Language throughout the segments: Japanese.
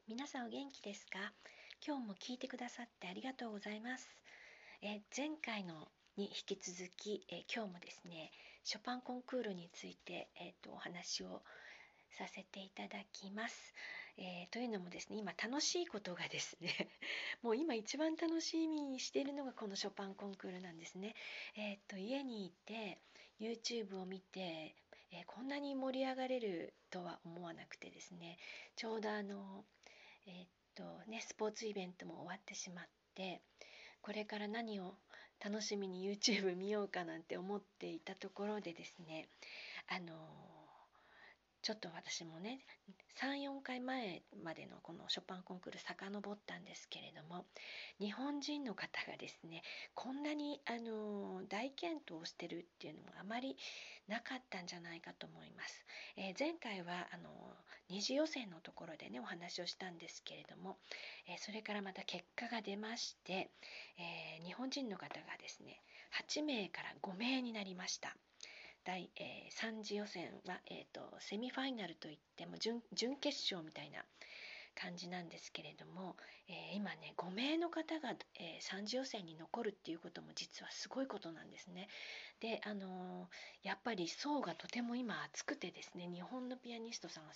皆さんお元気ですか？今日も聞いてくださってありがとうございます。前回のに引き続き、今日もですね、ショパンコンクールについて、お話をさせていただきます。というのもですね、今楽しいことがですねもう今一番楽しみにしているのがこのショパンコンクールなんですね。家にいて YouTube を見て、こんなに盛り上がれるとは思わなくてですね、ちょうどスポーツイベントも終わってしまって、これから何を楽しみに YouTube 見ようかなんて思っていたところでですね、あのちょっと私もね3、4回前までのこのショパンコンクール遡ったんですけれども、日本人の方がですねこんなに大健闘をしてるっていうのもあまりなかったんじゃないかと思います。前回は二次予選のところでねお話をしたんですけれども、それからまた結果が出まして、日本人の方がですね8名から5名になりました。3次予選は、セミファイナルといっても準決勝みたいな感じなんですけれども、今ね5名の方が、3次予選に残るっていうことも実はすごいことなんですね。でやっぱり層がとても今厚くてですね、日本のピアニストさんが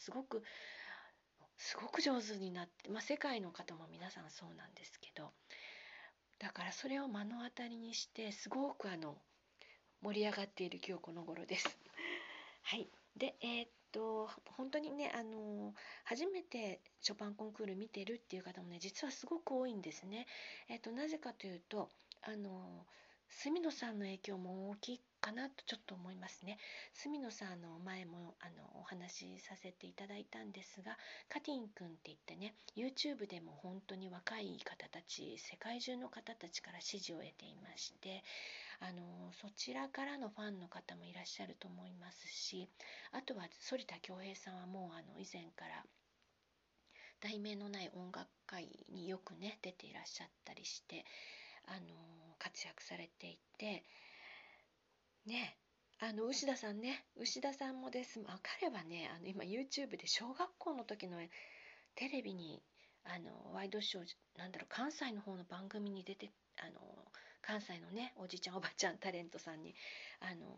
すごく上手になって、世界の方も皆さんそうなんですけど、だからそれを目の当たりにしてすごく盛り上がっている今日この頃です。はい。で、本当にね、初めてショパンコンクール見てるっていう方もね、実はすごく多いんですね。なぜかというと、住野さんの影響も大きいかなとちょっと思いますね。住野さんの前もお話しさせていただいたんですが、カティン君って言ってね、YouTube でも本当に若い方たち、世界中の方たちから支持を得ていまして、そちらからのファンの方もいらっしゃると思いますし、あとは反田恭平さんはもう以前から題名のない音楽会によくね出ていらっしゃったりして、活躍されていてね、牛田さんもです。彼はね今 YouTube で小学校の時のテレビにワイドショー、関西の方の番組に出て、関西のねおじちゃんおばちゃんタレントさんにあの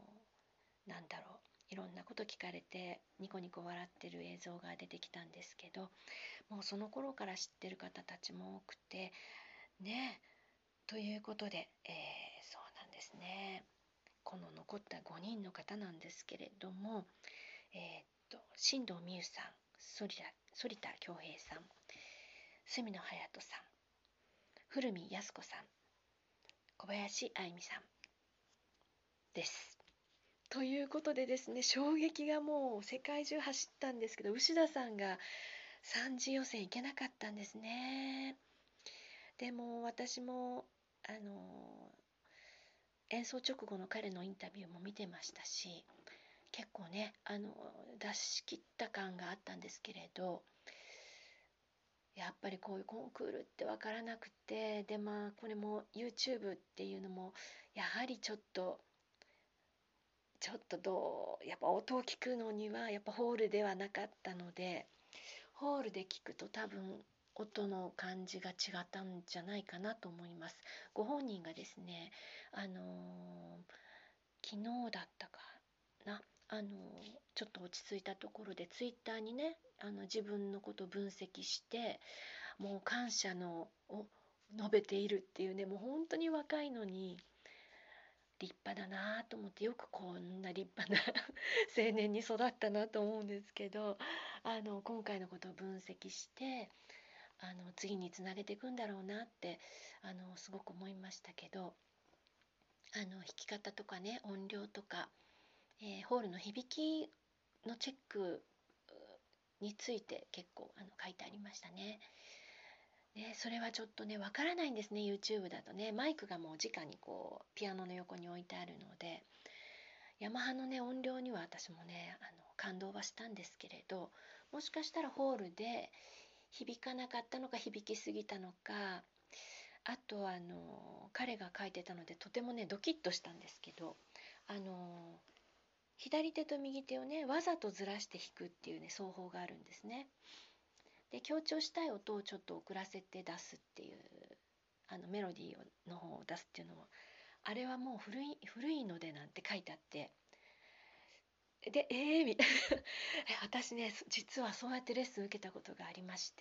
いろんなこと聞かれてニコニコ笑ってる映像が出てきたんですけど、もうその頃から知ってる方たちも多くてね、ということで、そうなんですね。この残った5人の方なんですけれども、新藤美優さん、反田恭平さん、住野隼人さん、古見靖子さん、小林愛美さんです。ということでですね、衝撃がもう世界中走ったんですけど、牛田さんが3次予選行けなかったんですね。でも私も演奏直後の彼のインタビューも見てましたし、結構ね出し切った感があったんですけれど、やっぱりこういうコンクールって分からなくて、でこれも YouTube っていうのもやはりちょっとやっぱ音を聞くのにはやっぱホールではなかったので、ホールで聞くと多分音の感じが違ったんじゃないかなと思います。ご本人がですね、あの昨日だったかな、ちょっと落ち着いたところでツイッターにね自分のことを分析して、もう感謝のを述べているっていうね、もう本当に若いのに立派だなと思って、よくこんな立派な青年に育ったなと思うんですけど、今回のことを分析して次につなげていくんだろうなってすごく思いましたけど、弾き方とかね音量とか、ホールの響きのチェックについて結構書いてありましたね。でそれはちょっとねわからないんですね、 YouTube だとね。マイクがもう直にこうピアノの横に置いてあるので、ヤマハのね音量には私もね感動はしたんですけれど、もしかしたらホールで響かなかったのか響きすぎたのか、あと彼が書いてたのでとてもねドキッとしたんですけど、左手と右手をねわざとずらして弾くっていうね奏法があるんですね。 で強調したい音をちょっと遅らせて出すっていうメロディーの方を出すっていうのも、あれはもう古いのでなんて書いてあって、でみたいな私ね実はそうやってレッスン受けたことがありまして、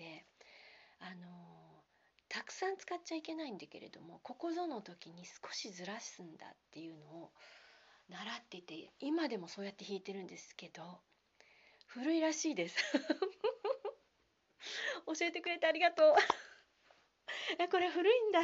たくさん使っちゃいけないんだけれども、ここぞの時に少しずらすんだっていうのを習っていて、今でもそうやって弾いてるんですけど、古いらしいです教えてくれてありがとうこれ古いんだ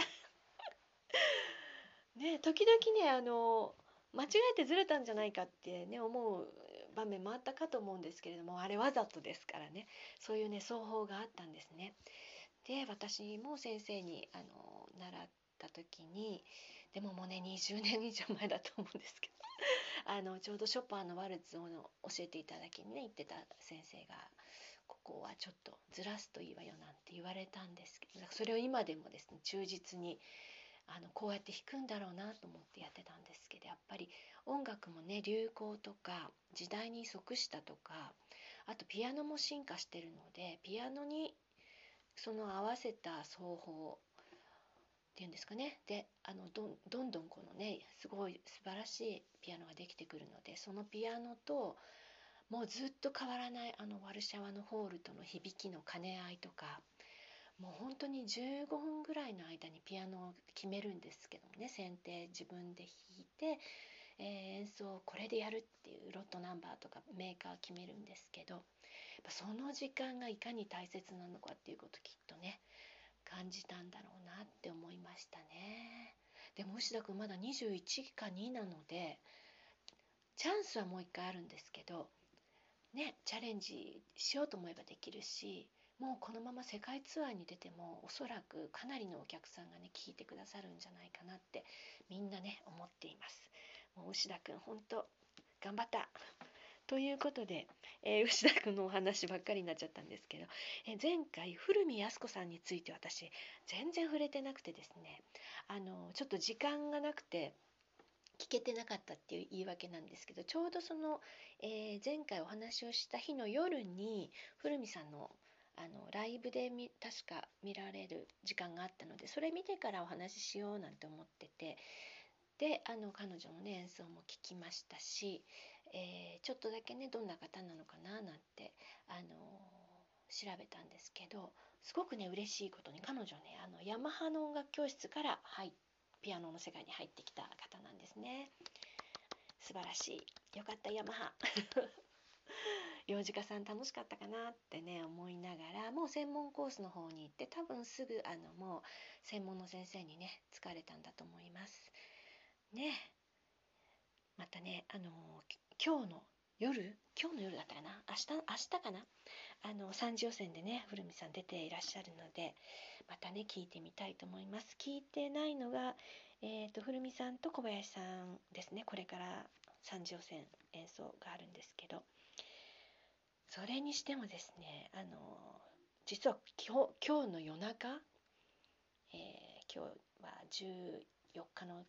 ね。時々ね間違えてずれたんじゃないかってね思う場面もあったかと思うんですけれども、あれわざとですからね。そういうね奏法があったんですね。で私も先生に習った時に、でももうね20年以上前だと思うんですけどちょうどショパンのワルツを教えていただきにね行ってた先生が、ここはちょっとずらすといいわよなんて言われたんですけど、それを今でもですね忠実にこうやって弾くんだろうなと思ってやってたんですけど、やっぱり音楽もね流行とか時代に即したとか、あとピアノも進化してるので、ピアノにその合わせた奏法っていうんですかね、でどんどんこのねすごい素晴らしいピアノができてくるので、そのピアノともうずっと変わらないワルシャワのホールとの響きの兼ね合いとか、もう本当に15分ぐらいの間にピアノを決めるんですけどもね、選定自分で弾いて、演奏をこれでやるっていうロットナンバーとかメーカー決めるんですけど、やっぱその時間がいかに大切なのかっていうこときっとね感じたんだろうなって思いましたね。でも牛田君まだ21か2なので、チャンスはもう一回あるんですけどね、チャレンジしようと思えばできるし、もうこのまま世界ツアーに出てもおそらくかなりのお客さんがね聞いてくださるんじゃないかなってみんなね思っています。もう牛田くん本当頑張ったということで、牛田くんのお話ばっかりになっちゃったんですけど、前回古見靖子さんについて私全然触れてなくてですね、ちょっと時間がなくて聞けてなかったっていう言い訳なんですけど、ちょうどその、前回お話をした日の夜に古見さんのライブで確か見られる時間があったので、それ見てからお話ししようなんて思ってて、で彼女の、ね、演奏も聞きましたし、ちょっとだけねどんな方なのかななんて、調べたんですけど、すごくね嬉しいことに彼女ねヤマハの音楽教室からピアノの世界に入ってきた方なんですね。素晴らしい、よかったヤマハ幼児科さん楽しかったかなってね思いながら、もう専門コースの方に行って、多分すぐもう専門の先生にね疲れたんだと思いますね。またね今日の今日の夜だったかな、明日かな、3次予選でね古見さん出ていらっしゃるので、またね聞いてみたいと思います。聞いてないのが、古見さんと小林さんですね。これから3次予選演奏があるんですけど、それにしてもですね実は今日の夜中、今日は14日の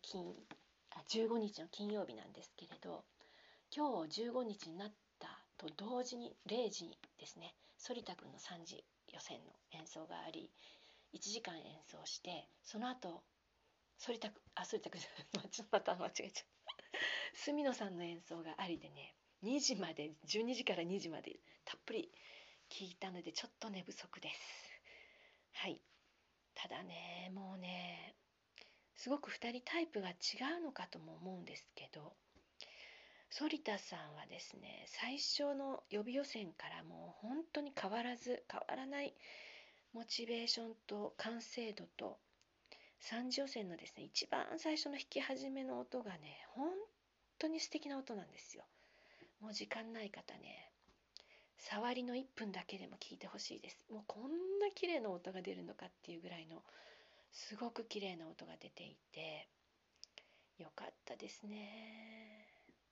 15日の金曜日なんですけれど、今日15日になったと同時に0時にですね、反田君の3次予選の演奏があり、1時間演奏して、その後反田君ちょっとまた間違えちゃう住野さんの演奏がありでね、2時まで12時から2時までたっぷり聴いたので、ちょっと寝不足です。はい。ただねもうねすごく2人タイプが違うのかとも思うんですけど、反田さんはですね最初の予備予選からもう本当に変わらないモチベーションと完成度と、三次予選のですね一番最初の弾き始めの音がね本当に素敵な音なんですよ。もう時間ない方ね、触りの1分だけでも聞いてほしいです。もうこんな綺麗な音が出るのかっていうぐらいのすごく綺麗な音が出ていてよかったですね。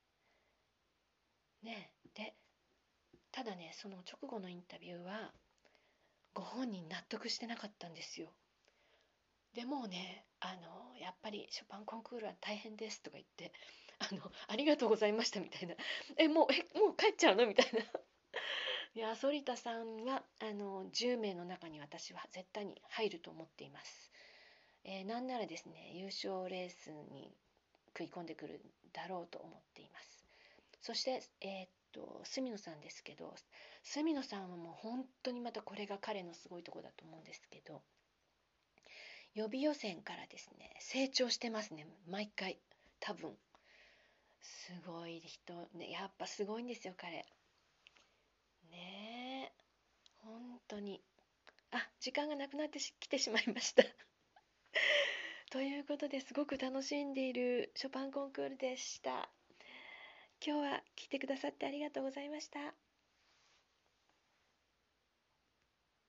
でただねその直後のインタビューはご本人納得してなかったんですよ。でもうねやっぱりショパンコンクールは大変ですとか言ってありがとうございましたみたいな、もう帰っちゃうのみたいないや、反田さんは10名の中に私は絶対に入ると思っています。なんならですね、優勝レースに食い込んでくるだろうと思っています。そして、住野さんですけど、住野さんはもう本当にまたこれが彼のすごいところだと思うんですけど、予備予選からですね、成長してますね、毎回。多分。すごい人、ね、やっぱすごいんですよ、彼。ねえ、本当に。あ、時間がなくなってきてしまいました。ということですごく楽しんでいるショパンコンクールでした。今日は来てくださってありがとうございました。